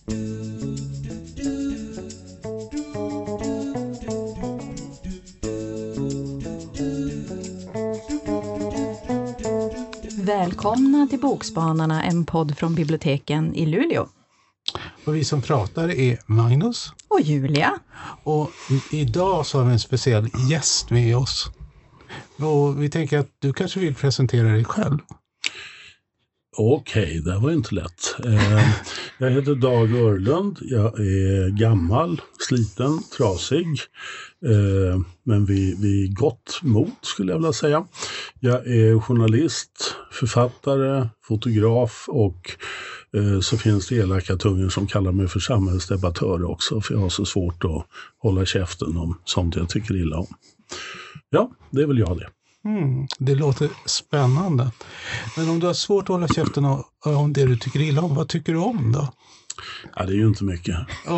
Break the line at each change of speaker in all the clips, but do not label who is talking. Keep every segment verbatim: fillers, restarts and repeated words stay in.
Välkomna till Bokspanarna, en podd från biblioteken i Luleå.
Och vi som pratar är Magnus
och Julia.
Och idag så har vi en speciell gäst med oss. Och vi tänker att du kanske vill presentera dig själv.
Okej, det var inte lätt. Jag heter Dag Örlund. Jag är gammal, sliten, trasig. Men vid, vid gott mod skulle jag vilja säga. Jag är journalist, författare, fotograf och så finns det elaka tungor som kallar mig för samhällsdebattör också. För jag har så svårt att hålla käften om sånt jag tycker illa om. Ja, det är väl jag det.
Mm, det låter spännande. Men om du har svårt att hålla käften om, om det du tycker illa om, vad tycker du om då?
Ja, det är ju inte mycket.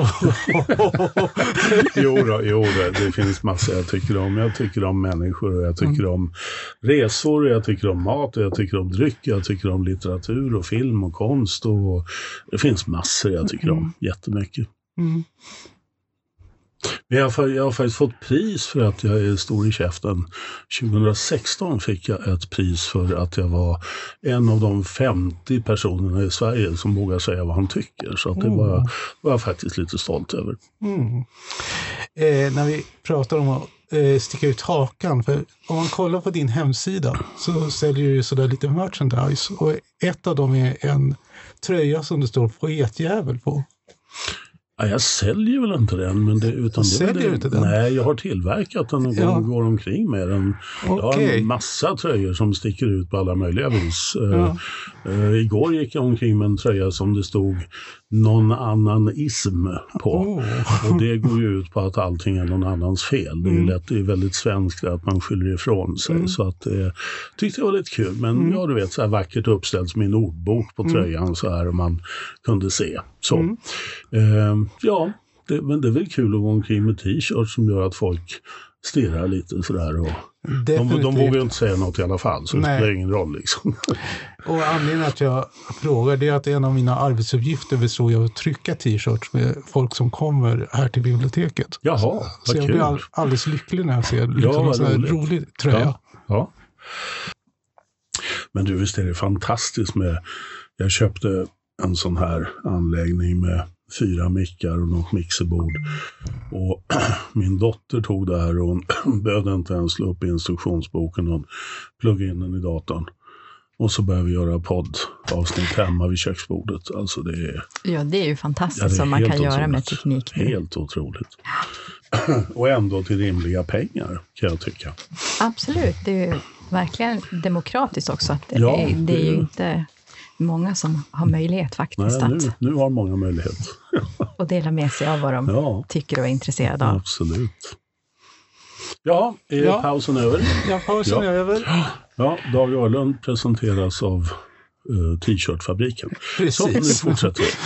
jo, då, jo då, det finns massor jag tycker om. Jag tycker om människor och jag tycker mm. om resor, jag tycker om mat och jag tycker om dryck, jag tycker om litteratur och film och konst och det finns massor jag tycker om, mm. jättemycket. Mm. Men jag har, jag har faktiskt fått pris för att jag är stor i käften. tjugohundrasexton fick jag ett pris för att jag var en av de femtio personerna i Sverige som vågar säga vad han tycker. Så att det var, var jag faktiskt lite stolt över. Mm.
Eh, när vi pratar om att eh, sticka ut hakan, för om man kollar på din hemsida så säljer du sådär lite merchandise. Och ett av dem är en tröja som det står poetjävel på.
Ja, jag säljer väl inte den, men det, utan
säljer
det,
du inte den?
Nej, jag har tillverkat den och ja. går omkring med den. Okay. Jag har en massa tröjor som sticker ut på alla möjliga vis. Ja. Uh, uh, igår gick jag omkring med en tröja som det stod någon annan ism på. Oh. Och det går ju ut på att allting är någon annans fel. Det är, mm. lätt, det är väldigt svenskt att man skyller ifrån sig. Mm. Så att uh, tyckte jag var lite kul. Men mm. ja, du vet, så här vackert uppställt som en ordbok på tröjan mm. så här och man kunde se. Så. Mm. Uh, Ja, det, men det är väl kul att gå omkring med t-shirts som gör att folk stirrar lite sådär. Och de, de vågar ju inte säga något i alla fall, så Nej. det spelar ingen roll liksom.
Och anledningen att jag frågar det är att en av mina arbetsuppgifter består jag att trycka t-shirts med folk som kommer här till biblioteket.
Jaha, vad
Så
kul.
jag blir all, alldeles lycklig när jag ser liksom ja, en sån här rolig tröja.
Ja, ja. Men du, visst är det fantastiskt med, jag köpte en sån här anläggning med fyra mickar och något mixerbord. Och min dotter tog det här och hon behövde inte ens slå upp instruktionsboken och plugga in den i datorn. Och så började vi göra poddavsnitt hemma vid köksbordet. Alltså det är,
ja, det är ju fantastiskt ja, som man kan otroligt. göra med teknik nu.
Helt otroligt. Och ändå till rimliga pengar kan jag tycka.
Absolut, det är ju verkligen demokratiskt också. Att det,
ja,
är, det är ju inte många som har möjlighet faktiskt.
Nej, nu,
att
nu har många möjlighet.
och dela med sig av vad de ja. tycker och är intresserade av.
Absolut. Ja, är ja. pausen över?
Ja, pausen ja. är över.
Ja, Dag Örlund presenteras av uh, T-shirtfabriken.
Precis.
Så, nu fortsätter vi.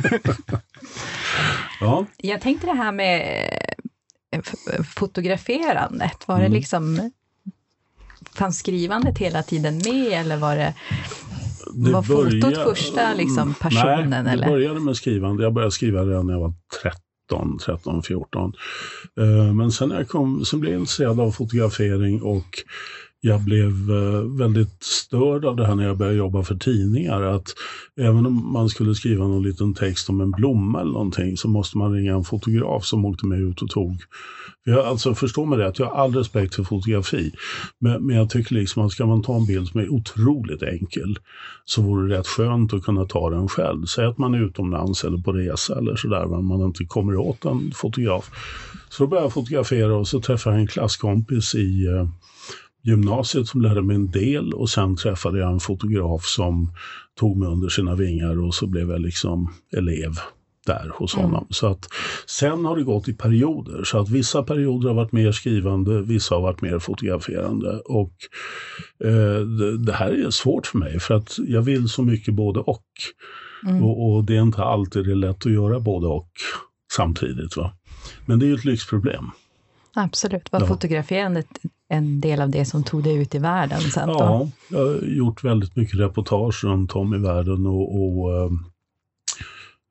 ja.
Jag tänkte det här med f- fotograferandet. Var mm. det liksom, fanns skrivandet hela tiden med eller var det
Det
var
började,
fotot första liksom, passionen?
Nej, det
eller?
började med skrivande. Jag började skriva redan när jag var tretton, tretton, fjorton. Uh, men sen, när jag kom, sen blev jag intresserad av fotografering och jag blev uh, väldigt störd av det här när jag började jobba för tidningar. Att även om man skulle skriva någon liten text om en blomma eller någonting så måste man ringa en fotograf som åkte med ut och tog. Jag, alltså förstår mig det att jag har all respekt för fotografi. Men, men jag tycker liksom att ska man ta en bild som är otroligt enkel så vore det rätt skönt att kunna ta den själv. Säg att man är utomlands eller på resa eller sådär men man inte kommer åt en fotograf. Så då började jag fotografera och så träffade jag en klasskompis i eh, gymnasiet som lärde mig en del och sen träffade jag en fotograf som tog mig under sina vingar och så blev jag liksom elev där hos honom. Mm. Så att sen har det gått i perioder. Så att vissa perioder har varit mer skrivande, vissa har varit mer fotograferande. Och eh, det, det här är svårt för mig för att jag vill så mycket både och. Mm. Och, och det är inte alltid det är lätt att göra både och samtidigt. Va? Men det är ju ett lyxproblem.
Absolut. Var ja. fotograferandet en del av det som tog dig ut i världen sen då?
Ja, jag har gjort väldigt mycket reportage runt om i världen och, och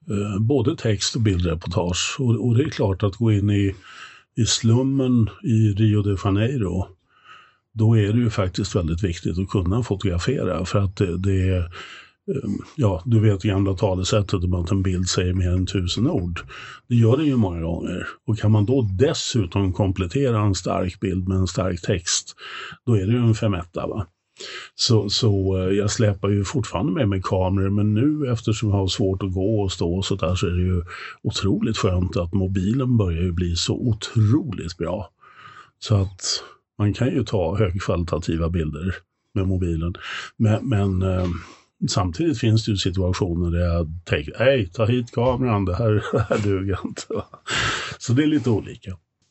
eh, både text och bildreportage. Och, och det är klart att gå in i, i slummen i Rio de Janeiro, då är det ju faktiskt väldigt viktigt att kunna fotografera, för att det, det är, ja, du vet det gamla talesättet om att en bild säger mer än tusen ord. Det gör det ju många gånger. Och kan man då dessutom komplettera en stark bild med en stark text, då är det ju en femetta, va? Så, så jag släpar ju fortfarande med mig kameror, men nu eftersom jag har svårt att gå och stå och så där, så är det ju otroligt skönt att mobilen börjar ju bli så otroligt bra. Så att man kan ju ta högkvalitativa bilder med mobilen. Men, men eh, samtidigt finns det ju situationer där jag tänker, hej, ta hit kameran, det här, det här duger inte. Så det är lite olika.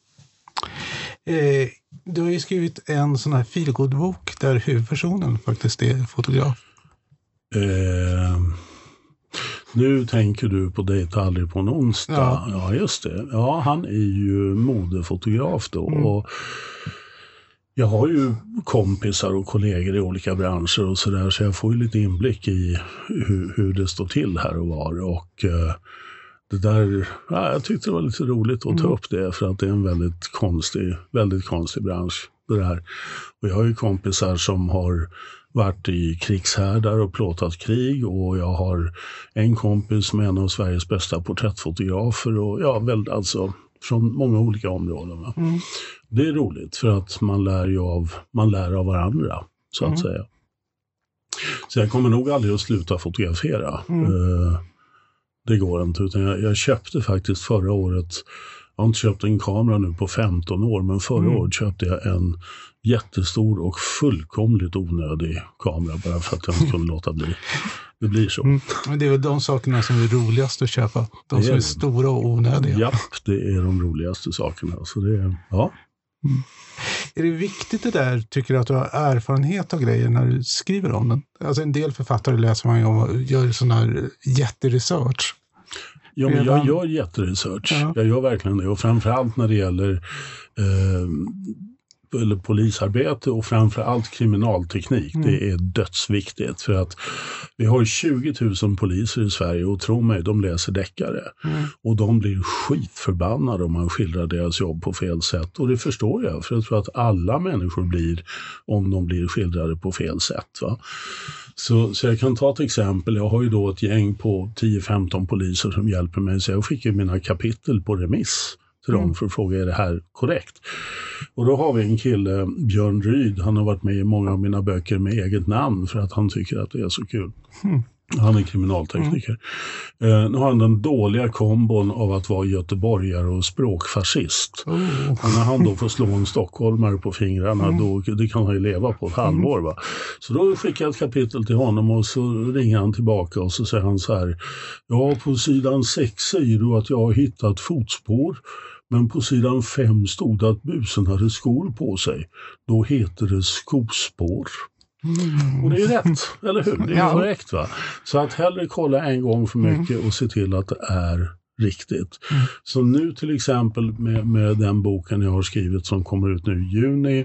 Eh, du har ju skrivit en sån här feelgood-bok där huvudpersonen faktiskt är fotograf.
Eh, nu tänker du på Dejta aldrig på en onsdag.
Ja.
Ja, just det. Ja, han är ju modefotograf då. Mm. Och jag har ju kompisar och kollegor i olika branscher och sådär, så jag får ju lite inblick i hur, hur det står till här och var. Och eh, det där, ja, jag tyckte det var lite roligt att ta upp det, för att det är en väldigt konstig, väldigt konstig bransch det där. Och jag har ju kompisar som har varit i krigshärdar och plåtat krig, och jag har en kompis som är en av Sveriges bästa porträttfotografer, och ja, väl alltså från många olika områden. Va? Mm. Det är roligt för att man lär ju av, man lär av varandra, så att mm. säga. Så jag kommer nog aldrig att sluta fotografera. Mm. Uh, det går inte, utan jag, jag köpte faktiskt förra året, jag har inte köpt en kamera nu på femton år, men förra mm. året köpte jag en jättestor och fullkomligt onödig kamera bara för att jag inte kunde låta bli. Det blir så. Mm.
Men det är väl de sakerna som är roligast att köpa. De det som är, är stora och onödiga.
Ja, det är de roligaste sakerna. Så det är, ja.
Mm. Är det viktigt det där, tycker du, att du har erfarenhet av grejer när du skriver om den? Alltså en del författare läser man ju om och gör sån här jätteresearch.
Ja, men jag gör jätteresearch. Ja. Jag gör verkligen det. Och framförallt när det gäller eh, eller polisarbete och framförallt kriminalteknik. Mm. Det är dödsviktigt, för att vi har tjugo tusen poliser i Sverige, och tro mig, de läser deckare. Mm. Och de blir skitförbannade om man skildrar deras jobb på fel sätt. Och det förstår jag, för jag tror att alla människor blir, om de blir skildrade på fel sätt. Va? Så, så jag kan ta ett exempel. Jag har ju då ett gäng på tio femton poliser som hjälper mig, så jag skickar mina kapitel på remiss till dem för att fråga, är det här korrekt? Och då har vi en kille, Björn Ryd, han har varit med i många av mina böcker med eget namn för att han tycker att det är så kul. Mm. Han är kriminaltekniker. Mm. Eh, nu har han den dåliga kombon av att vara göteborgare och språkfascist. Oh. Och när han då får slå en stockholmare på fingrarna, mm. då, det kan han ju leva på ett halvår. Va? Så då skickar jag ett kapitel till honom, och så ringer han tillbaka och så säger han så här: ja, på sidan sex säger du att jag har hittat fotspår, men på sidan fem stod det att busen hade skor på sig. Då heter det skospår. Mm. Och det är ju rätt, eller hur? Det är ja. korrekt, va? Så att hellre kolla en gång för mycket mm. och se till att det är riktigt. Mm. Så nu till exempel med, med den boken jag har skrivit som kommer ut nu i juni,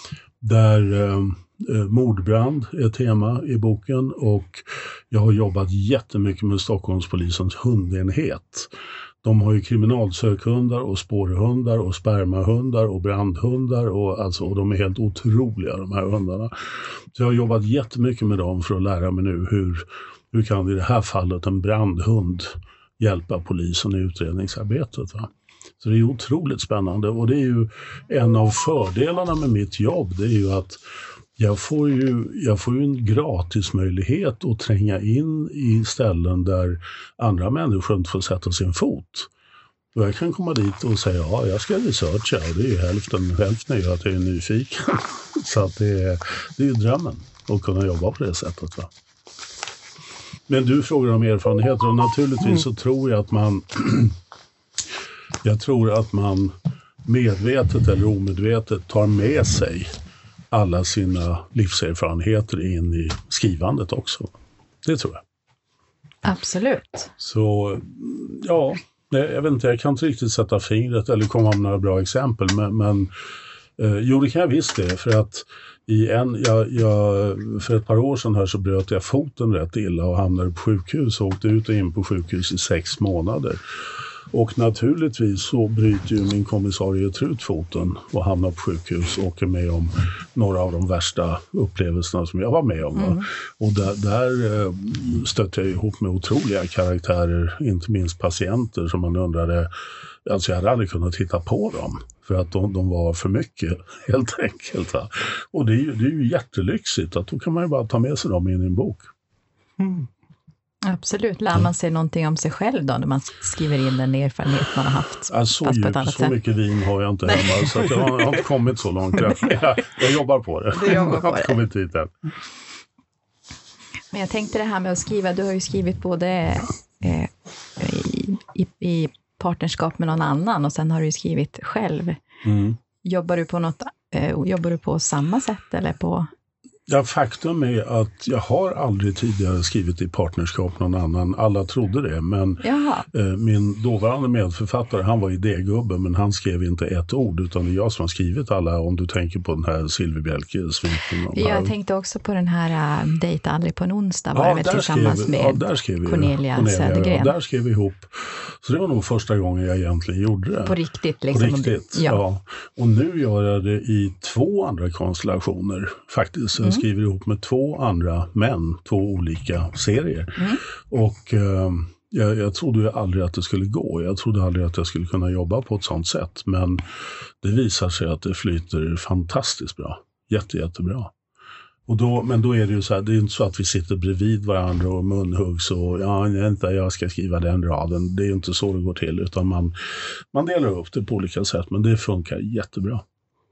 där eh, mordbrand är tema i boken, och jag har jobbat jättemycket med Stockholmspolisens hundenhet. De har ju kriminalsökhundar och spårhundar och spermahundar och brandhundar, och, alltså, och de är helt otroliga, de här hundarna. Så jag har jobbat jättemycket med dem för att lära mig nu hur, hur kan i det här fallet en brandhund hjälpa polisen i utredningsarbetet. Va? Så det är otroligt spännande, och det är ju en av fördelarna med mitt jobb, det är ju att Jag får ju, jag får ju en gratis möjlighet att tränga in i ställen där andra människor inte får sätta sin fot. Och jag kan komma dit och säga, ja, jag ska researcha, och det är ju hälften, hälften är ju att jag är nyfiken. Så att det är, det är ju drömmen att kunna jobba på det sättet. Va? Men du frågar om erfarenheter, och naturligtvis så tror jag att man jag tror att man medvetet eller omedvetet tar med sig alla sina livserfarenheter in i skrivandet också. Det tror jag.
Absolut.
Så ja, jag vet inte, jag kan inte riktigt sätta fingret eller komma med några bra exempel, men, men Eh, jo, det kan jag visst det, för att i en, jag, jag, för ett par år sedan här så bröt jag foten rätt illa och hamnade på sjukhus och åkte ut och in på sjukhus i sex månader. Och naturligtvis så bryter ju min kommissarie ut foten och hamnar på sjukhus och åker med om några av de värsta upplevelserna som jag var med om. Mm. Och där, där stötte jag ihop med otroliga karaktärer, inte minst patienter som man undrade, alltså jag hade aldrig kunnat titta på dem för att de, de var för mycket helt enkelt. Va? Och det är, ju, det är ju jättelyxigt att då kan man ju bara ta med sig dem in i en bok.
Mm.
Absolut. Lär man sig någonting om sig själv då när man skriver in den erfarenhet man har haft?
Alltså, fast på ett annat så sätt. Mycket vin har jag inte hemma så att jag, har, jag har inte kommit så långt. Jag, jag jobbar på det.
Du jobbar på
jag har inte kommit hit än.
Men jag tänkte det här med att skriva. Du har ju skrivit både eh, i, i, i partnerskap med någon annan och sen har du ju skrivit själv. Mm. Jobbar du på något, eh, jobbar du på samma sätt eller på...
Ja, faktum är att jag har aldrig tidigare skrivit i partnerskap någon annan. Alla trodde det, men eh, min dåvarande medförfattare, han var idégubbe, men han skrev inte ett ord, utan det är jag som har skrivit alla, om du tänker på den här Silvia Bjelke-sviten.
Jag här. tänkte också på den här uh, Dejta aldrig på en onsdag, var
ja,
det väl tillsammans
skrev,
med
ja, där skrev
Cornelia, Cornelia Södergren.
Ja, där skrev vi ihop. Så det var nog första gången jag egentligen gjorde det.
På riktigt liksom.
På riktigt, ja. ja. Och nu gör jag det i två andra konstellationer faktiskt. Jag mm. skriver ihop med två andra män, två olika serier. Mm. Och eh, jag, jag trodde ju aldrig att det skulle gå. Jag trodde aldrig att jag skulle kunna jobba på ett sånt sätt. Men det visar sig att det flyter fantastiskt bra. Jätte, jättebra. Och då, men då är det ju så här, det är inte så att vi sitter bredvid varandra och munhuggs och ja, inte jag ska skriva den raden. Det är inte så det går till, utan man, man delar upp det på olika sätt. Men det funkar jättebra.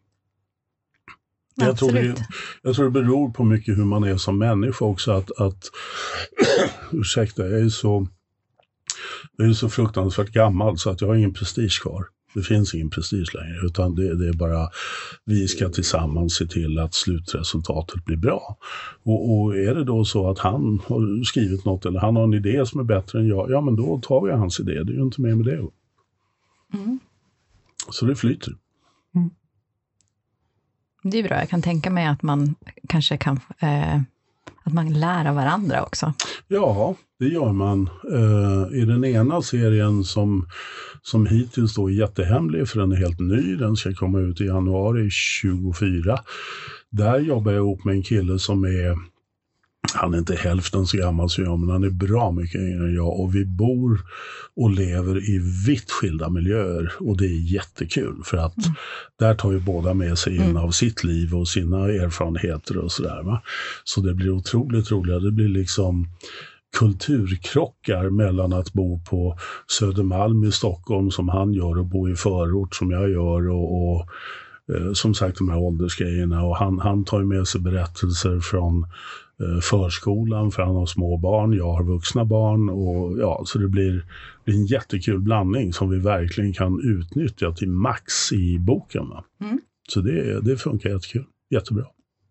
Jag tror, det, jag tror det beror på mycket hur man är som människa också. Att, att ursäkta, jag är så jag är så fruktansvärt gammal så att jag har ingen prestige kvar. Det finns ingen prestige längre, utan det, det är bara vi ska tillsammans se till att slutresultatet blir bra. Och, och är det då så att han har skrivit något eller han har en idé som är bättre än jag, ja men då tar vi hans idé. Det är ju inte mer med det. Mm. Så det flyter. Mm.
Det är bra. Jag kan tänka mig att man kanske kan eh, att man lär av varandra också.
Ja, det gör man. Uh, I den ena serien som, som hittills då är jättehemlig, för den är helt ny, den ska komma ut i januari tjugofyra. Där jobbar jag ihop med en kille som är, han är inte hälften så gammal som jag, men han är bra mycket yngre än jag. Och vi bor och lever i vitt skilda miljöer. Och det är jättekul för att mm. där tar ju båda med sig in mm. av sitt liv och sina erfarenheter och sådär. Va? Så det blir otroligt roligt. Det blir liksom kulturkrockar mellan att bo på Södermalm i Stockholm som han gör och bo i förort som jag gör och... och som sagt de här åldersgrejerna, och han, han tar ju med sig berättelser från eh, förskolan för han har små barn, jag har vuxna barn och ja, så det blir, blir en jättekul blandning som vi verkligen kan utnyttja till max i boken. Va? Mm. Så det, det funkar jättekul, jättebra.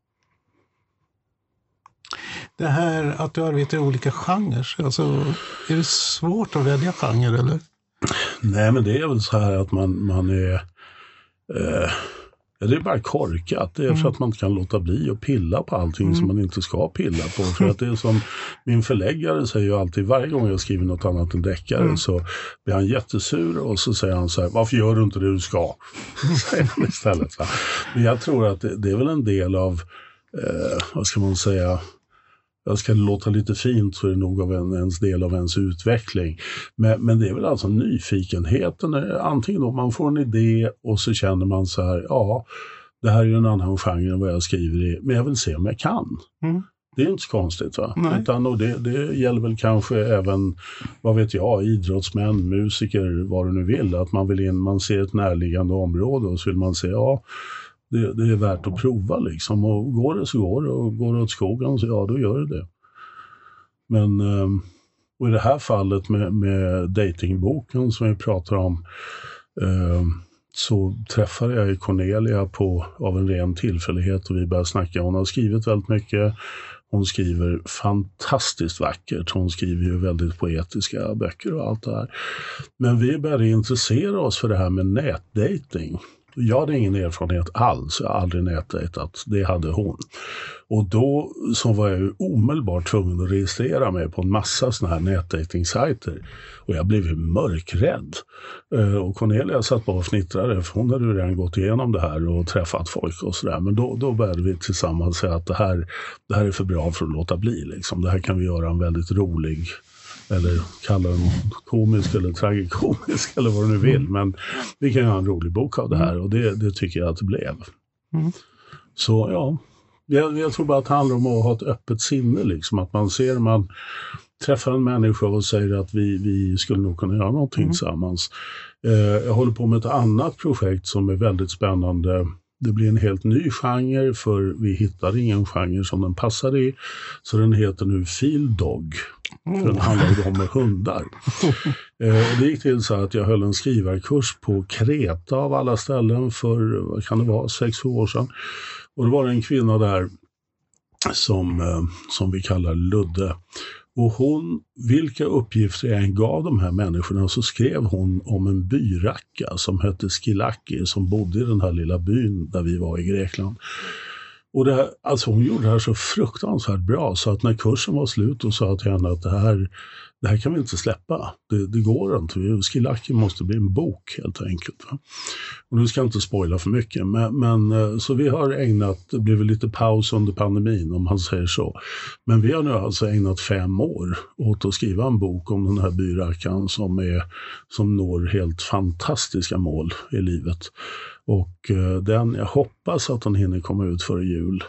Det här att du arbetar i olika genrer, alltså är det svårt att välja genre eller?
Nej, men det är väl så här att man, man är eh, det är bara korkat. Det är mm. för att man inte kan låta bli att pilla på allting mm. som man inte ska pilla på. För att det är som min förläggare säger ju alltid, varje gång jag skriver något annat än deckare mm. så blir han jättesur och så säger han så här, varför gör du inte det du ska? Säger han istället. Va? Men jag tror att det, det är väl en del av, eh, vad ska man säga, jag ska låta lite fint så är det nog av en, ens del av ens utveckling. Men, men det är väl alltså nyfikenheten. Antingen då man får en idé och så känner man så här, ja, det här är ju en annan genre än vad jag skriver i. Men jag vill se om jag kan. Mm. Det är inte så konstigt va? Utan, och det, det gäller väl kanske även, vad vet jag, idrottsmän, musiker, vad du nu vill. Att man vill in, man ser ett närliggande område och så vill man se, ja, Det, det är värt att prova liksom, och går det så går det, och går det åt skogen så ja, då gör det det. Men och i det här fallet med, med datingboken som vi pratar om så träffade jag Cornelia på, av en ren tillfällighet och vi började snacka. Hon har skrivit väldigt mycket, hon skriver fantastiskt vackert, hon skriver ju väldigt poetiska böcker och allt det här. Men vi började intressera oss för det här med nätdating. Jag hade ingen erfarenhet alls, jag har aldrig nätdejtat, det hade hon. Och då så var jag ju omedelbart tvungen att registrera mig på en massa såna här nätdejtingsajter. Och jag blev ju mörkrädd. Och Cornelia satt bara och fnittrade, för hon hade ju redan gått igenom det här och träffat folk och sådär. Men då, då började vi tillsammans säga att det här, det här är för bra för att låta bli. Liksom. Det här kan vi göra en väldigt rolig, eller kalla den komisk eller tragikomisk eller vad du nu vill. Men vi kan göra en rolig bok av det här och det, det tycker jag att det blev. Mm. Så ja, jag, jag tror bara att det handlar om att ha ett öppet sinne. Liksom. Att man ser, man träffar en människa och säger att vi, vi skulle nog kunna göra någonting mm. tillsammans. Eh, jag håller på med ett annat projekt som är väldigt spännande. Det blir en helt ny genre, för vi hittade ingen genre som den passade i. Så den heter nu Field Dog. För den handlar om hundar. eh, det gick till så att jag höll en skrivarkurs på Kreta av alla ställen för, vad kan det vara, sex, sju år sedan. Och det var en kvinna där som, eh, som vi kallar Ludde. Och hon, vilka uppgifter jag än gav de här människorna, så skrev hon om en byracka som hette Skilaki, som bodde i den här lilla byn där vi var i Grekland. Och det här, alltså hon gjorde det här så fruktansvärt bra, så att när kursen var slut och sa till henne att det här, det här kan vi inte släppa. Det, det går inte. Skilaki måste bli en bok helt enkelt. Va? Och nu ska jag inte spoila för mycket. Men, men så vi har ägnat, det blev lite paus under pandemin om man säger så. Men vi har nu alltså ägnat fem år åt att skriva en bok om den här byrackan som, är, som når helt fantastiska mål i livet. Och den, jag hoppas att den hinner komma ut före jul.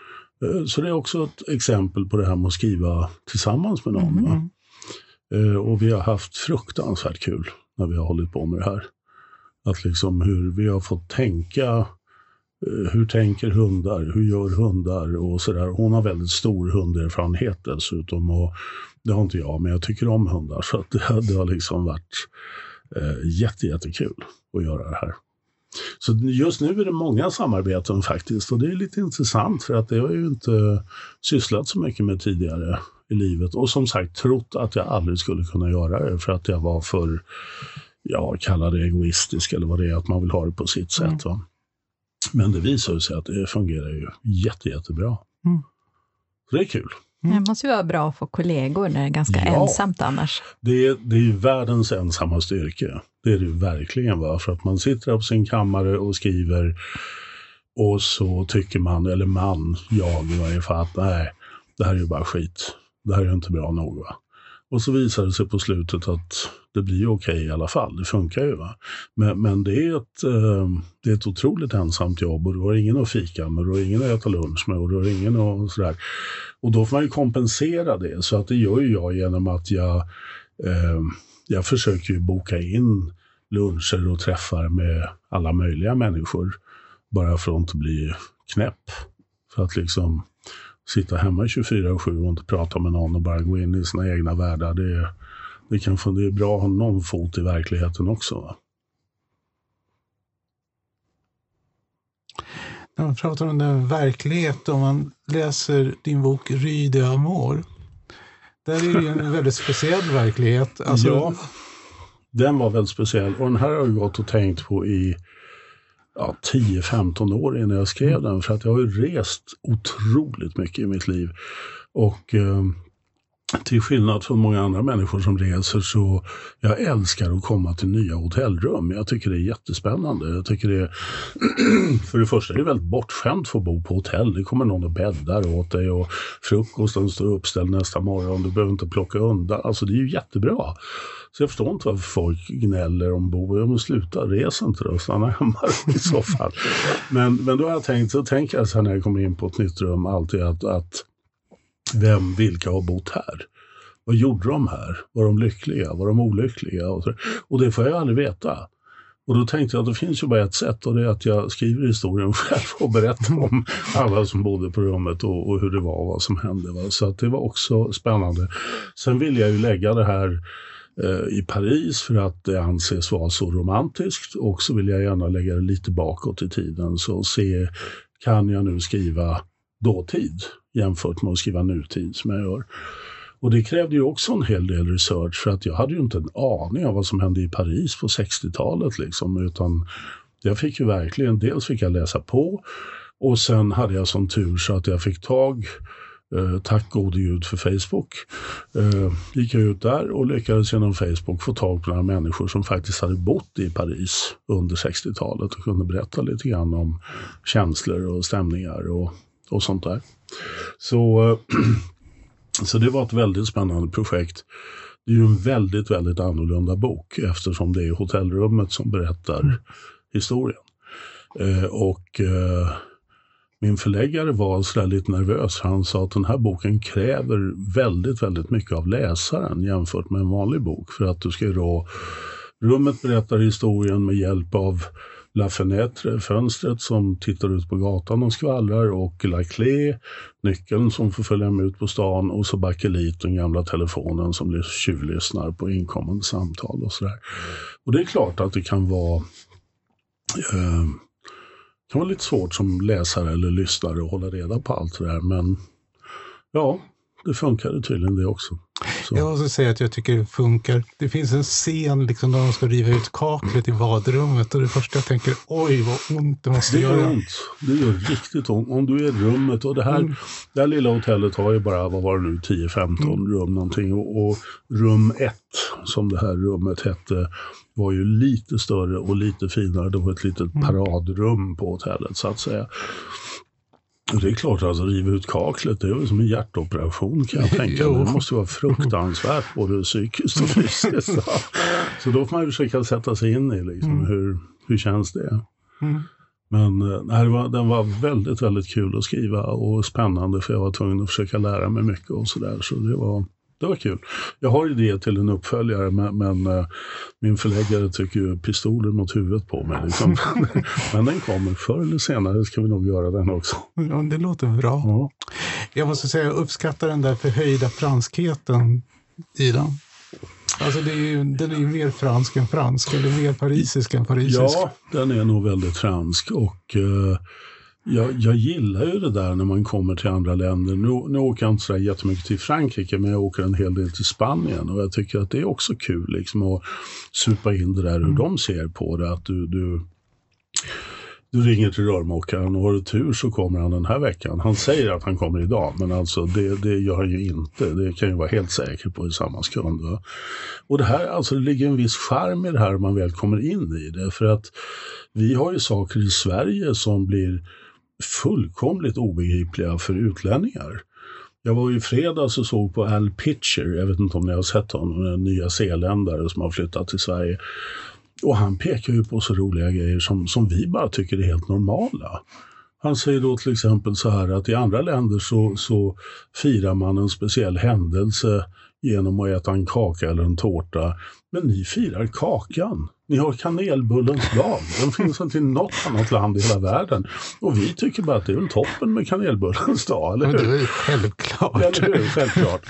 Så det är också ett exempel på det här med att skriva tillsammans med någon. Mm. Va? Och vi har haft fruktansvärt kul när vi har hållit på med det här. Att liksom hur vi har fått tänka, hur tänker hundar, hur gör hundar och sådär. Hon har väldigt stor hunderfarenhet dessutom, och det har inte jag, men jag tycker om hundar. Så att det, det har liksom varit eh, jätte, jättekul att göra det här. Så just nu är det många samarbeten faktiskt, och det är lite intressant för att det har jag ju inte sysslat så mycket med tidigare i livet, och som sagt trott att jag aldrig skulle kunna göra det för att jag var för, ja, kalla det egoistisk eller vad det är, att man vill ha det på sitt mm. sätt. Va? Men det visar sig att det fungerar ju jätte, jättebra. Mm. Så det är kul.
Mm. Det måste ju vara bra att få kollegor när det är ganska ja, ensamt annars.
Det är, det är ju världens ensamma styrka. Det är det ju verkligen, va? För att man sitter på sin kammare och skriver, och så tycker man, eller man, jag i varje fall, att nej, det här är ju bara skit. Det här är ju inte bra nog, va? Och så visar det sig på slutet att det blir okej i alla fall. Det funkar ju, va? Men, men det, är ett, eh, det är ett otroligt ensamt jobb, och du har ingen att fika med, du har ingen att äta lunch med, och du har ingen att sådär. Och då får man ju kompensera det. Så att det gör ju jag genom att jag, eh, jag försöker ju boka in luncher och träffar med alla möjliga människor. Bara för att inte bli knäpp. För att liksom sitta hemma tjugofyra sju och inte prata med någon och bara gå in i sina egna världar. Det, det, kan, det är bra att ha någon fot i verkligheten också, va?
När man pratar om den verklighet, om man läser din bok Rue de Amour, där är det ju en väldigt speciell verklighet. Alltså...
Ja, den var väldigt speciell. Och den här har jag gått och tänkt på i ja, tio femton år innan jag skrev mm. den. För att jag har ju rest otroligt mycket i mitt liv. Och eh, till skillnad från många andra människor som reser, så jag älskar att komma till nya hotellrum. Jag tycker det är jättespännande. Jag tycker det är, för det första är det väldigt bortskämt för att bo på hotell. Det kommer någon och bäddar åt dig, och frukosten står uppställd nästa morgon. Du behöver inte plocka undan. Alltså det är ju jättebra. Så jag förstår inte varför folk gnäller om bo. Jag måste sluta, resa inte och stanna hemma i så fall. Men, men då har jag tänkt, så tänker jag så här när jag kommer in på ett nytt rum alltid att, att vem, vilka har bott här? Vad gjorde de här? Var de lyckliga? Var de olyckliga? Och, så. Och det får jag aldrig veta. Och då tänkte jag att det finns ju bara ett sätt, och det är att jag skriver historien själv och berättar om alla som bodde på rummet och, och hur det var och vad som hände. Va? Så att det var också spännande. Sen vill jag ju lägga det här eh, i Paris för att det anses vara så romantiskt, och så vill jag gärna lägga det lite bakåt i tiden, så se, kan jag nu skriva dåtid jämfört med att skriva nutid som jag gör. Och det krävde ju också en hel del research, för att jag hade ju inte en aning om vad som hände i Paris på sextiotalet liksom, utan jag fick ju verkligen, dels fick jag läsa på och sen hade jag sån tur så att jag fick tag, eh, tack gode Gud för Facebook, eh, gick jag ut där och lyckades genom Facebook få tag på några människor som faktiskt hade bott i Paris under sextiotalet och kunde berätta lite grann om känslor och stämningar och, och sånt där. Så, eh, så det var ett väldigt spännande projekt. Det är ju en väldigt, väldigt annorlunda bok eftersom det är hotellrummet som berättar historien. Eh, och eh, min förläggare var så där lite nervös. Han sa att den här boken kräver väldigt, väldigt mycket av läsaren jämfört med en vanlig bok. För att du ska då, rummet berättar historien med hjälp av La Fenêtre, fönstret som tittar ut på gatan och skvallrar, och La Clé, nyckeln som får följa med ut på stan, och så bakelit, den gamla telefonen som tjuvlyssnar på inkommande samtal och sådär. Och det är klart att det kan vara eh, kan vara lite svårt som läsare eller lyssnare att hålla reda på allt det där, men ja, det funkar tydligen det också. Så.
Jag måste säga att jag tycker det funkar. Det finns en scen liksom, där de ska riva ut kaklet i badrummet och det första jag tänker, oj vad ont det måste
det
göra.
Gör ont. Det gör riktigt ont. Om du är i rummet och det här, mm. det här lilla hotellet har ju bara, vad var det nu, tio femton mm. rum någonting, och, och rum ett som det här rummet hette var ju lite större och lite finare. Det var ett litet mm. paradrum på hotellet så att säga. Och det är klart att alltså, riva ut kaklet, det är ju som en hjärtoperation kan jag tänka mig. Det måste vara fruktansvärt både psykiskt och fysiskt. Så då får man ju försöka sätta sig in i liksom, mm. hur, hur känns det. Mm. Men nej, det var, den var väldigt, väldigt kul att skriva och spännande, för jag var tvungen att försöka lära mig mycket och sådär. Så det var... Det var kul. Jag har idé till en uppföljare, men, men uh, min förläggare tycker ju pistoler mot huvudet på mig. Liksom. Men den kommer. Förr eller senare ska vi nog göra den också.
Ja, det låter bra. Ja. Jag måste säga, jag uppskattar den där förhöjda franskheten i den. Alltså det är ju, den är ju mer fransk än fransk, eller mer parisisk än parisisk.
Ja, den är nog väldigt fransk och... Uh, Jag, jag gillar ju det där när man kommer till andra länder. Nu, nu åker jag inte så jättemycket till Frankrike, men jag åker en hel del till Spanien. Och jag tycker att det är också kul liksom, att supa in det där hur mm. de ser på det. Att du, du, du ringer till rörmokaren och har du tur så kommer han den här veckan. Han säger att han kommer idag, men alltså det, det gör han ju inte. Det kan ju vara helt säker på i samma sekund. Va? Och det här, alltså det ligger en viss charm i det här om man väl kommer in i det. För att vi har ju saker i Sverige som blir fullkomligt obegripliga för utlänningar. Jag var ju i fredags och såg på Al Pitcher, jag vet inte om ni har sett honom, en nya zeeländare som har flyttat till Sverige. Och han pekar ju på så roliga grejer som, som vi bara tycker är helt normala. Han säger då till exempel så här att i andra länder så, så firar man en speciell händelse genom att äta en kaka eller en tårta. Men ni firar kakan. Ni har kanelbullens dag. Den finns inte i något annat land i hela världen. Och vi tycker bara att det är en toppen med kanelbullens dag, eller hur?
Men det är ju självklart.
Ja, det är självklart.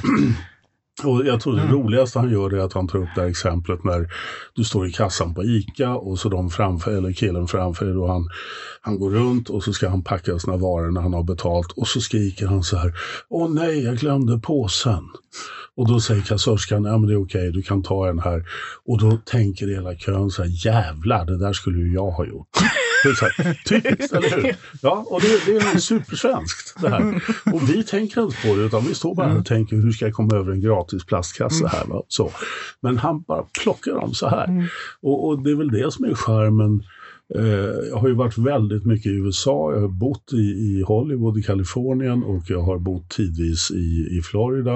Och jag tror det mm. roligaste han gör är att han tar upp det här exemplet när du står i kassan på ICA och så de framför, eller killen framför dig, och han, han går runt och så ska han packa sina varor när han har betalt och så skriker han så här: åh nej, jag glömde påsen. Och då säger kassörskan, ja men det är okej, du kan ta en här. Och då tänker hela kön så här, jävlar, det där skulle ju jag ha gjort. Det är så här, typiskt, eller hur? Ja, och det, det är supersvenskt det här. Och vi tänker inte på det, utan vi står bara och tänker, hur ska jag komma över en gratis plastkasse här? Va? Så. Men han bara plockar dem så här. Och, och det är väl det som är charmen. Eh, jag har ju varit väldigt mycket i U S A, jag har bott i, i Hollywood i Kalifornien och jag har bott tidvis i, i Florida.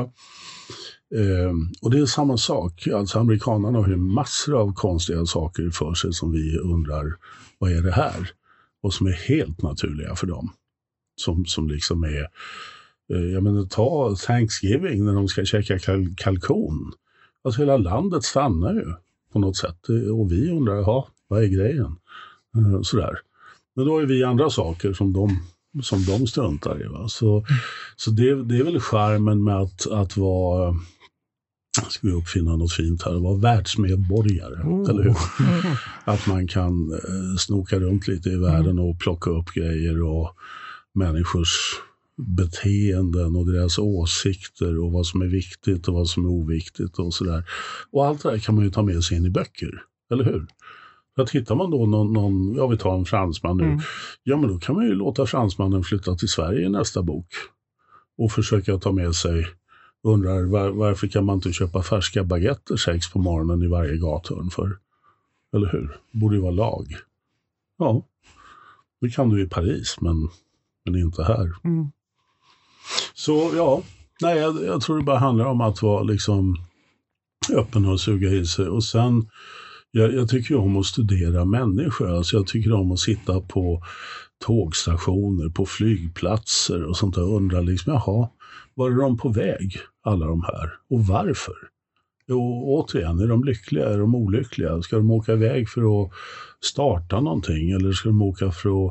Eh, och det är samma sak, alltså amerikanerna har ju massor av konstiga saker för sig som vi undrar, vad är det här? Och som är helt naturliga för dem. Som, som liksom är, eh, jag menar ta Thanksgiving när de ska käka kal- kalkon. Alltså hela landet stannar ju på något sätt. Och vi undrar, ja, vad är grejen? Eh, sådär. Men då är vi andra saker som de, som de struntar i. Va? Så, så det, det är väl charmen med att, att vara... Ska vi uppfinna något fint här, vara världsmedborgare, oh. eller hur? Mm. Att man kan eh, snoka runt lite i världen och plocka upp grejer och människors beteenden och deras åsikter och vad som är viktigt och vad som är oviktigt och sådär. Och allt det här kan man ju ta med sig in i böcker, eller hur? Att hittar man då någon, någon ja vi tar en fransman nu, mm. ja men då kan man ju låta fransmannen flytta till Sverige i nästa bok och försöka ta med sig, undrar var, varför kan man inte köpa färska baguetter sex på morgonen i varje gathörn för, eller hur? Borde ju vara lag. Ja, det kan du i Paris men, men inte här. Mm. Så ja, nej jag, jag tror det bara handlar om att vara liksom öppen och suga i sig och sen Jag, jag tycker om att studera människor. Alltså jag tycker om att sitta på tågstationer, på flygplatser och sånt där och undra liksom, jaha, var är de på väg, alla de här? Och varför? Jo, återigen, är de lyckliga? Är de olyckliga? Ska de åka iväg för att starta någonting? Eller ska de åka för att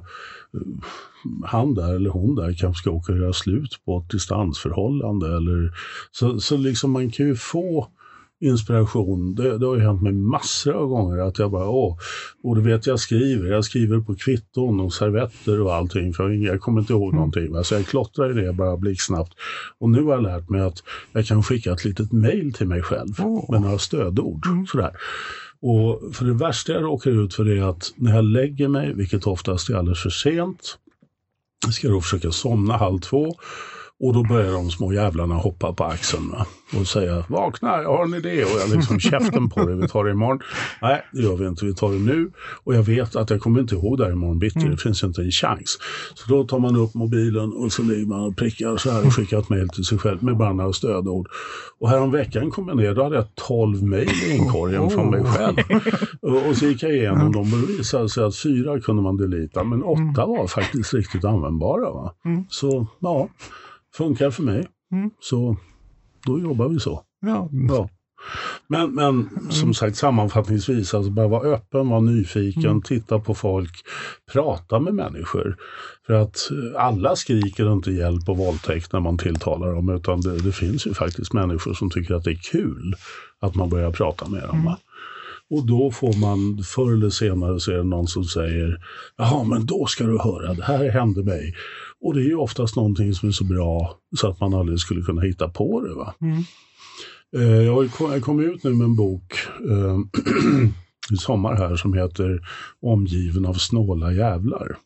han där eller hon där kanske ska åka och göra slut på ett distansförhållande? Eller, så, så liksom man kan ju få inspiration. Det, det har ju hänt mig massor av gånger att jag bara, åh, och du vet jag skriver, jag skriver på kvitton och servetter och allting, för jag kommer inte ihåg någonting. Alltså jag klottrar i det bara blixtsnabbt. Och nu har jag lärt mig att jag kan skicka ett litet mejl till mig själv oh. med några stödord. Mm. Sådär. Och för det värsta jag råkar ut för det är att när jag lägger mig, vilket oftast är alldeles för sent, ska jag då försöka somna halv två. Och då börjar de små jävlarna hoppa på axeln va? Och säga, vakna, jag har en idé. Och jag liksom käften på det, vi tar det imorgon. Nej, det gör vi inte, vi tar det nu. Och jag vet att jag kommer inte ihåg det imorgon bitti, mm. det finns inte en chans. Så då tar man upp mobilen och så ligger man och prickar så här och skickar ett mejl till sig själv med bara några stödord. Och här om veckan kom jag ner, då hade jag tolv mejl i inkorgen oh. från mig själv. Och, och så gick jag igenom dem och det visade sig att fyra kunde man delita, men åtta var faktiskt riktigt användbara va. Mm. Så ja, funkar för mig. Mm. Så då jobbar vi så. Ja. Ja. Men, men som sagt sammanfattningsvis, alltså bara vara öppen, vara nyfiken, mm. titta på folk, prata med människor. För att alla skriker inte hjälp och våldtäkt när man tilltalar dem, utan det, det finns ju faktiskt människor som tycker att det är kul att man börjar prata med dem. Mm. Och då får man förr eller senare se någon som säger, jaha men då ska du höra, det här hände mig. Och det är ju oftast någonting som är så bra så att man aldrig skulle kunna hitta på det va. Mm. Jag har kommit ut nu med en bok eh, i sommar här som heter Omgiven av snåla jävlar.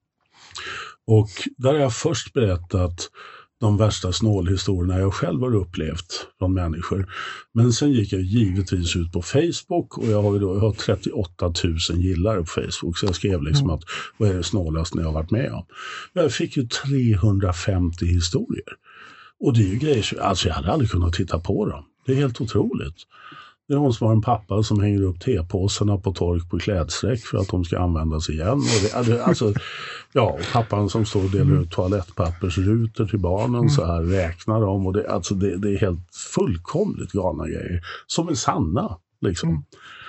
Och där har jag först berättat de värsta snålhistorierna jag själv har upplevt från människor. Men sen gick jag givetvis ut på Facebook och jag har, då, jag har trettioåtta tusen gillare på Facebook. Så jag skrev liksom att vad är det snålaste jag har varit med om. Jag fick ju trehundrafemtio historier. Och det är ju grejer, alltså jag hade aldrig kunnat titta på dem. Det är helt otroligt. Det är hon som har en pappa som hänger upp tepåsarna på tork på klädsträck för att de ska användas igen. Och det, alltså, ja, och pappan som står och delar ut toalettpappersrutor till barnen mm. så här, räknar dem. Och det, alltså det, det är helt fullkomligt galna grejer. Som är sanna, liksom. Mm.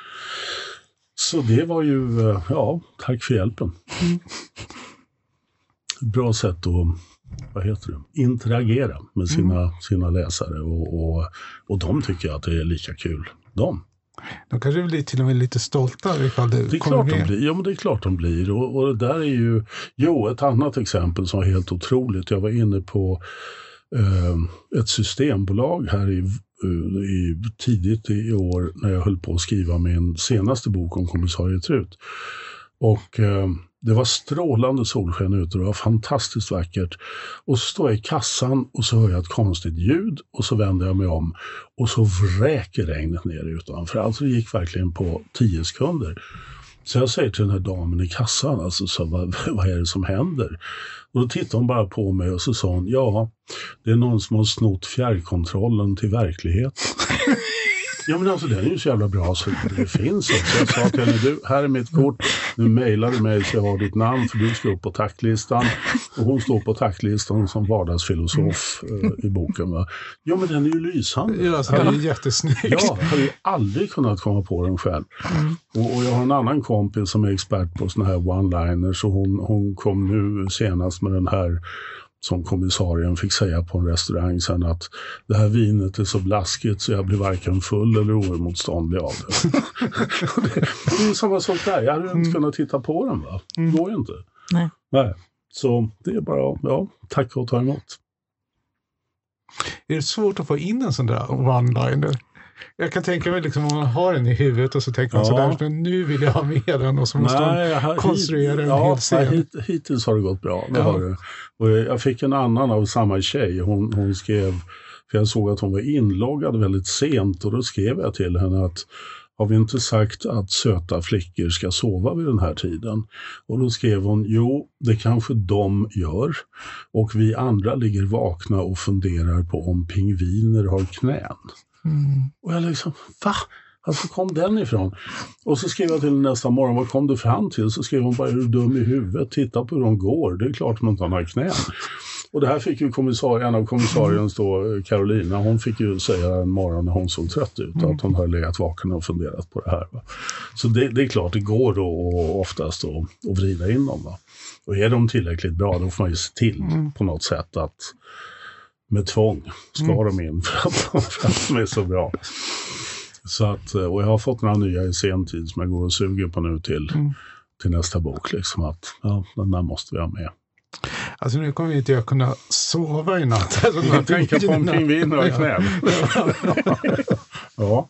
Så det var ju, ja, tack för hjälpen. Mm. Bra sätt att... vad heter det? interagera med sina, mm. sina läsare och, och, och de tycker att det är lika kul. De.
De kanske blir till och med lite stolta ifall det,
det är
kommer
klart
med.
De blir. Ja, men det är klart de blir. Och, och det där är ju, jo, ett annat exempel som var helt otroligt. Jag var inne på eh, ett systembolag här i, i, tidigt i år när jag höll på att skriva min senaste bok om kommissarie Trut. Och eh, det var strålande solsken ute och det var fantastiskt vackert. Och så står jag i kassan och så hör jag ett konstigt ljud och så vänder jag mig om och så vräker regnet ner utanför. Alltså det gick verkligen på tio sekunder. Så jag säger till den här damen i kassan, alltså, så vad, vad är det som händer? Och då tittar hon bara på mig och så sa hon, ja, det är någon som har snott fjärrkontrollen till verkligheten. Ja men alltså den är ju så jävla bra så det finns också. Jag sa till henne, du, här är mitt kort, nu mejlar du mig så jag har ditt namn för du ska upp på tacklistan. Och hon står på tacklistan som vardagsfilosof uh, i boken va. Ja men den är ju lysande.
Ja, alltså, den är ju jättesnygg.
Ja, jag har ju aldrig kunnat komma på den själv. Mm. Och, och jag har en annan kompis som är expert på såna här one-liners och hon, hon kom nu senast med den här som kommissarien fick säga på en restaurang sen att det här vinet är så blaskigt så jag blir varken full eller oemotståndlig av det. det. Det är samma sak där. Jag hade mm. inte kunnat titta på den va? Det går ju inte.
Nej.
Nej. Så det är bara, ja, tack och ta emot.
Är det svårt att få in en sån där one-liner? Jag kan tänka mig liksom om man har den i huvudet och så tänker man ja. sådär, nu vill jag ha med den och så måste Nej, man konstruera hit, en ja, hel scen.
Hit, hittills har det gått bra. Det ja. har det. Och jag fick en annan av samma tjej. Hon, hon skrev, för jag såg att hon var inloggad väldigt sent och då skrev jag till henne att har vi inte sagt att söta flickor ska sova vid den här tiden? Och då skrev hon, jo, det kanske de gör. Och vi andra ligger vakna och funderar på om pingviner har knän. Mm. Och jag liksom, va? Alltså kom den ifrån? Och så skrev jag till nästa morgon, vad kom du fram till? Så skrev hon bara, är du dum i huvudet? Titta på hur de går, det är klart man inte har knän. Och det här fick ju kommissar, en av kommissariens då, Carolina, hon fick ju säga en morgon när hon såg trött ut att hon hade legat vaken och funderat på det här. Va? Så det, det är klart, det går då och oftast då att vrida in dem. Va? Och är de tillräckligt bra, då får man ju se till mm. på något sätt att med tvång ska mm. de in för att, för att de är så bra. Så att, och jag har fått några nya i sentid som jag går och suger på nu till, mm. till nästa bok. Liksom att, ja, den där måste vi ha med.
Alltså nu kommer inte jag kunna sova i natt. Alltså,
jag tänker på en pingviner i knän. Ja.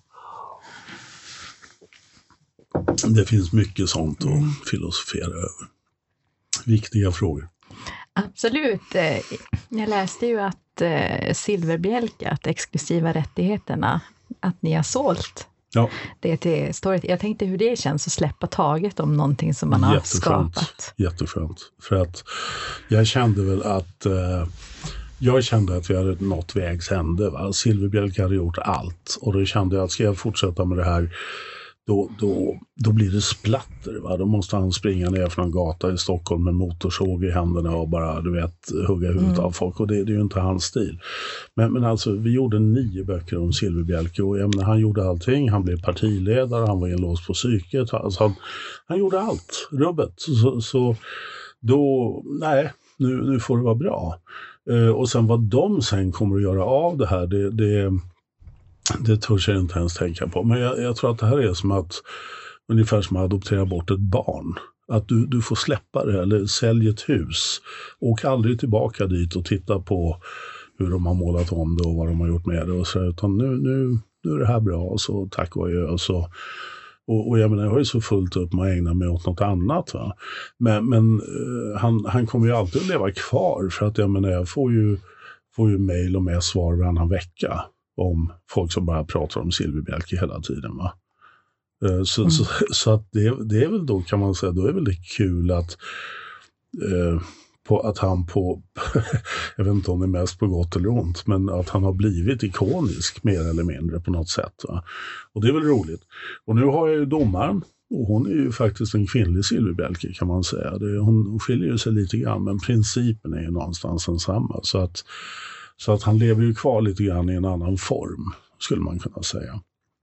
Det finns mycket sånt att mm. filosofera över. Viktiga frågor.
Absolut. Jag läste ju att Silverbjälke, att exklusiva rättigheterna, att ni har sålt ja. det till Storytel. Jag tänkte hur det känns att släppa taget om någonting som man har
Jätteskönt.
skapat.
Jätteskönt. För att jag kände väl att eh, jag kände att vi hade nått vägs ände. Va? Silverbjälke hade gjort allt. Och då kände jag att ska jag fortsätta med det här Då, då, då blir det splatter. Va? Då måste han springa ner från en gata i Stockholm med motorsåg i händerna och bara, du vet, hugga huvudet mm. av folk. Och det, det är ju inte hans stil. Men, men alltså, vi gjorde nio böcker om Silverbjälke och jag menar, han gjorde allting. Han blev partiledare, han var inlåst på psyket. Alltså, han, han gjorde allt, rubbet. Så, så då, nej, nu, nu får det vara bra. Uh, och sen vad de sen kommer att göra av det här, det... det Det törs jag inte ens tänka på. Men jag, jag tror att det här är som att ungefär som att adoptera bort ett barn. Att du, du får släppa det eller sälja ett hus. Åk aldrig tillbaka dit och titta på hur de har målat om det och vad de har gjort med det. Och så, utan nu, nu, nu är det här bra och så tack och adjö. Och, så, och, och jag menar, jag har ju så fullt upp med att ägna mig åt något annat. Va? Men, men uh, han, han kommer ju alltid att leva kvar. För att jag menar, jag får ju, får ju mejl och med svar varannan vecka. Om folk som bara pratar om Silverbjälke hela tiden. Va? Så, mm. så, så att det, det är väl då, kan man säga, då är väl det kul att, eh, på, att han på, jag vet inte om det är mest på gott eller ont, men att han har blivit ikonisk mer eller mindre på något sätt. Va? Och det är väl roligt. Och nu har jag ju domaren, och hon är ju faktiskt en kvinnlig Silverbjälke kan man säga. Det, hon, hon skiljer ju sig lite grann, men principen är ju någonstans densamma. Så att Så att han lever ju kvar lite grann i en annan form, skulle man kunna säga.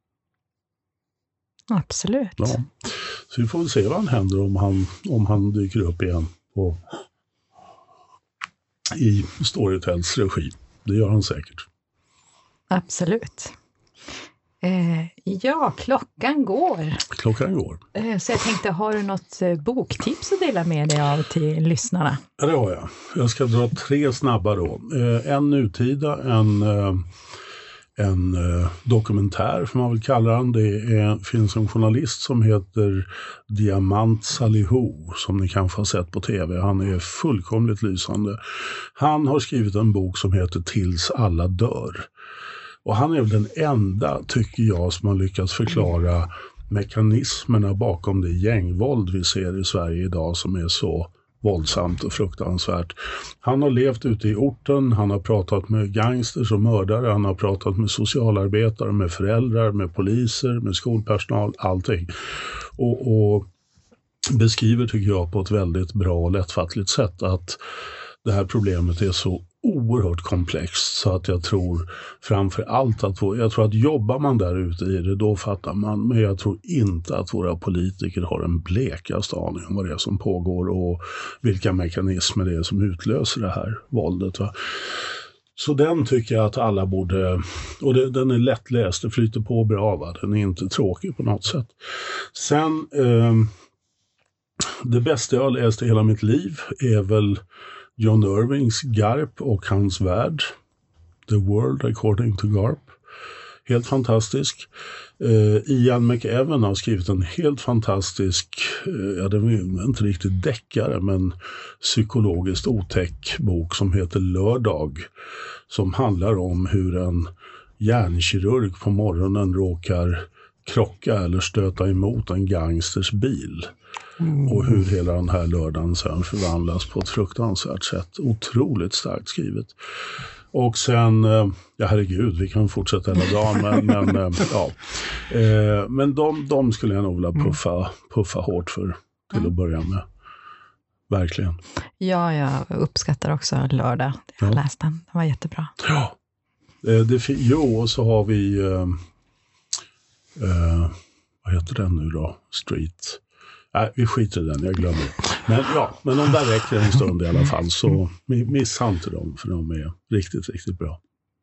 Absolut.
Ja. Så vi får väl se vad han händer om han, om han dyker upp igen på, i Storytels regi. Det gör han säkert.
Absolut. Eh, ja, klockan går.
Klockan går.
Eh, så jag tänkte, har du något eh, boktips att dela med dig av till lyssnarna?
Ja, det har jag. Jag ska dra tre snabba då. Eh, en nutida, en, eh, en eh, dokumentär som man vill kalla den. Det är, finns en journalist som heter Diamant Salihu som ni kanske har sett på tv. Han är fullkomligt lysande. Han har skrivit en bok som heter Tills alla dör. Och han är väl den enda, tycker jag, som har lyckats förklara mekanismerna bakom det gängvåld vi ser i Sverige idag som är så våldsamt och fruktansvärt. Han har levt ute i orten, han har pratat med gangsters och mördare, han har pratat med socialarbetare, med föräldrar, med poliser, med skolpersonal, allting. Och, och beskriver, tycker jag, på ett väldigt bra och lättfattligt sätt att det här problemet är så oerhört komplext så att jag tror framför allt att jag tror att jobbar man där ute i det, då fattar man, men jag tror inte att våra politiker har en blekaste aning om vad det är som pågår och vilka mekanismer det är som utlöser det här våldet. Va? Så den tycker jag att alla borde, och det, den är lättläst, det flyter på bra, va? Den är inte tråkig på något sätt. Sen eh, det bästa jag har läst i hela mitt liv är väl John Irvings Garp och hans värld, The World According to Garp. helt fantastisk. Uh, Ian McEwan har skrivit en helt fantastisk, uh, ja det är inte riktigt deckare men psykologiskt otäck bok som heter Lördag. Som handlar om hur en hjärnkirurg på morgonen råkar krocka eller stöta emot en gangsters bil. Mm. Och hur hela den här lördagen sen förvandlas på ett fruktansvärt sätt. Otroligt starkt skrivet. Och sen, ja herregud, vi kan fortsätta hela dagen, men, men ja. Men de, de skulle jag nog vilja puffa, puffa hårt för till att börja med. Verkligen.
Ja, jag uppskattar också Lördag. Jag har ja. läst den, den var jättebra.
Ja. Det, jo, och så har vi uh, uh, vad heter den nu då? Street. Nej, vi skiter i den, jag glömmer. Men ja, men om där räcker en stund i alla fall så missa inte dem för de är riktigt, riktigt bra.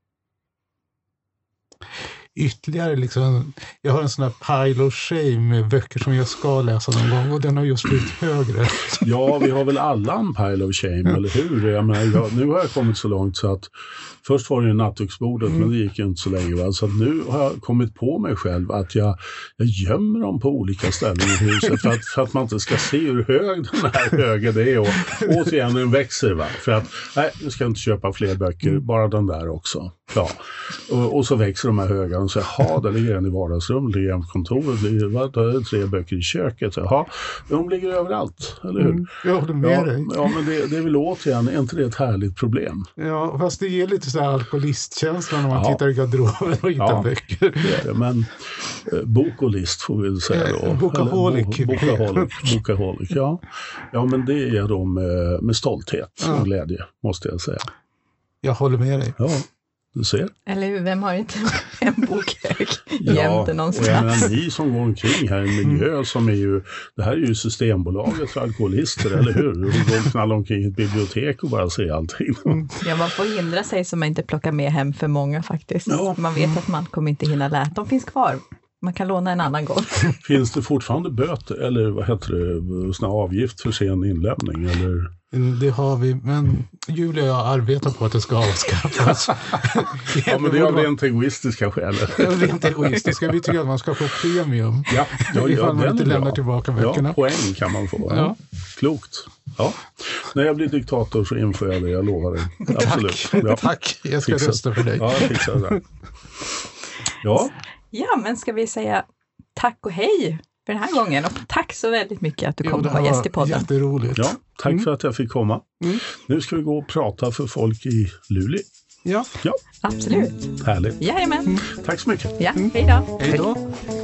Ytterligare liksom, jag har en sån här pile of shame med böcker som jag ska läsa någon gång och den har just blivit högre.
Ja, vi har väl alla en pile of shame, eller hur? Jag menar, jag, nu har jag kommit så långt så att först var det ju nattduksbordet, mm. men det gick ju inte så länge. Va? Så att nu har jag kommit på mig själv att jag, jag gömmer dem på olika ställen i huset för att, för att man inte ska se hur hög den här högen är. Och återigen, den växer. Va? För att, nej, nu ska jag inte köpa fler böcker, mm. bara den där också. Ja. Och, och så växer de här högarna och så jaha, där ligger en i vardagsrummet, ligger en på kontoret, ligger det tre böcker i köket. Jaha, de ligger överallt, eller hur? Mm,
jag håller med
ja,
dig.
Ja, men det, det är väl återigen, är inte det ett härligt problem?
Ja, fast det ger lite så här alkoholistkänsla när man ja. tittar i garderoben och hittar
ja,
böcker.
Det är det, men eh, bok och list får vi säga då.
Bokaholic.
Bo, bokaholic, bokaholic, ja. Ja, men det är jag då med, med stolthet och ja. glädje, måste jag säga.
Jag håller med dig.
Ja. Du ser.
Eller hur, vem har inte en bokhög
ja,
jämte någonstans?
Och jag menar, ni som går omkring här i en miljö som är ju, det här är ju Systembolaget för alkoholister, eller hur? Du går och knallar omkring ett bibliotek och bara ser allting.
Ja, man får hindra sig så man inte plockar med hem för många faktiskt. Ja. Man vet att man kommer inte hinna läsa. De finns kvar. Man kan låna en annan gång.
Finns det fortfarande böter, eller vad heter det, såna avgift för sen inlämning, eller?
Det har vi, men Julia och jag arbetar på att det ska avskaffas.
Ja, men det är av rent egoistiska skäl.
Rent egoistiska. Vi tycker att man ska få premium.
Ja, ja,
ifall
ja,
man inte lämnar tillbaka böckerna.
Ja, poäng kan man få. Ja. Klokt. Ja. När jag blir diktator så inför jag det, jag lovar dig. Absolut.
Tack,
ja.
Tack. Jag ska
Fixat.
rösta för dig.
Ja, jag fixar det. Ja.
Ja, men ska vi säga tack och hej för den här gången. Och tack så väldigt mycket att du kom och var gäst i podden.
Jätteroligt.
Ja, tack
mm.
för att jag fick komma. Mm. Nu ska vi gå och prata för folk i Luleå.
Ja.
Ja.
Absolut.
Härligt.
Jajamän. Mm.
Tack så mycket.
Ja, hej då.
Hej då.